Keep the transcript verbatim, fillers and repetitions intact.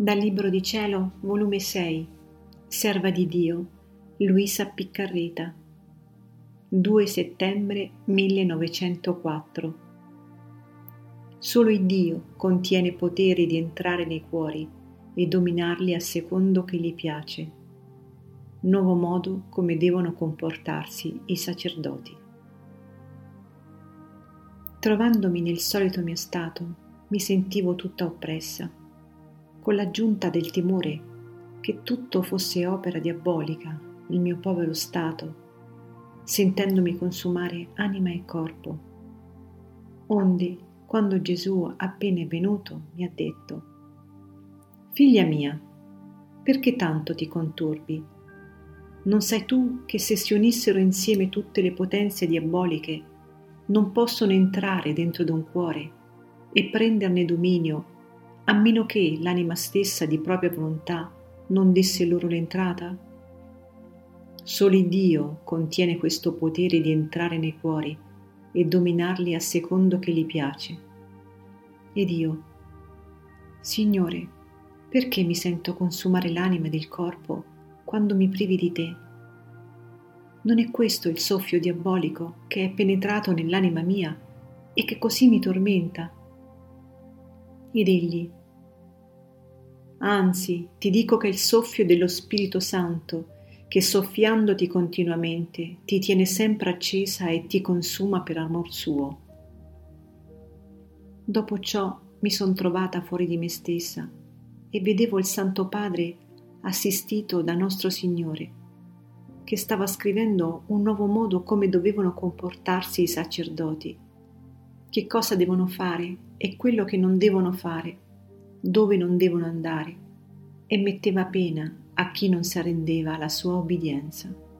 Dal Libro di Cielo, volume sei, Serva di Dio, Luisa Piccarreta, due settembre millenovecentoquattro. Solo il Dio contiene potere di entrare nei cuori e dominarli a secondo che gli piace. Nuovo modo come devono comportarsi i sacerdoti. Trovandomi nel solito mio stato, mi sentivo tutta oppressa, con l'aggiunta del timore che tutto fosse opera diabolica, il mio povero stato, sentendomi consumare anima e corpo. Onde, quando Gesù appena è venuto, mi ha detto: «Figlia mia, perché tanto ti conturbi? Non sai tu che se si unissero insieme tutte le potenze diaboliche, non possono entrare dentro d'un cuore e prenderne dominio, a meno che l'anima stessa di propria volontà non desse loro l'entrata? Solo il Dio contiene questo potere di entrare nei cuori e dominarli a secondo che gli piace. Ed io, Signore, perché mi sento consumare l'anima ed il corpo quando mi privi di te? Non è questo il soffio diabolico che è penetrato nell'anima mia e che così mi tormenta? Ed egli: anzi, ti dico che è il soffio dello Spirito Santo, che soffiandoti continuamente ti tiene sempre accesa e ti consuma per amor suo. Dopo ciò mi son trovata fuori di me stessa e vedevo il Santo Padre assistito da nostro Signore, che stava scrivendo un nuovo modo come dovevano comportarsi i sacerdoti, che cosa devono fare e quello che non devono fare, dove non devono andare, e metteva pena a chi non si arrendeva alla sua obbedienza.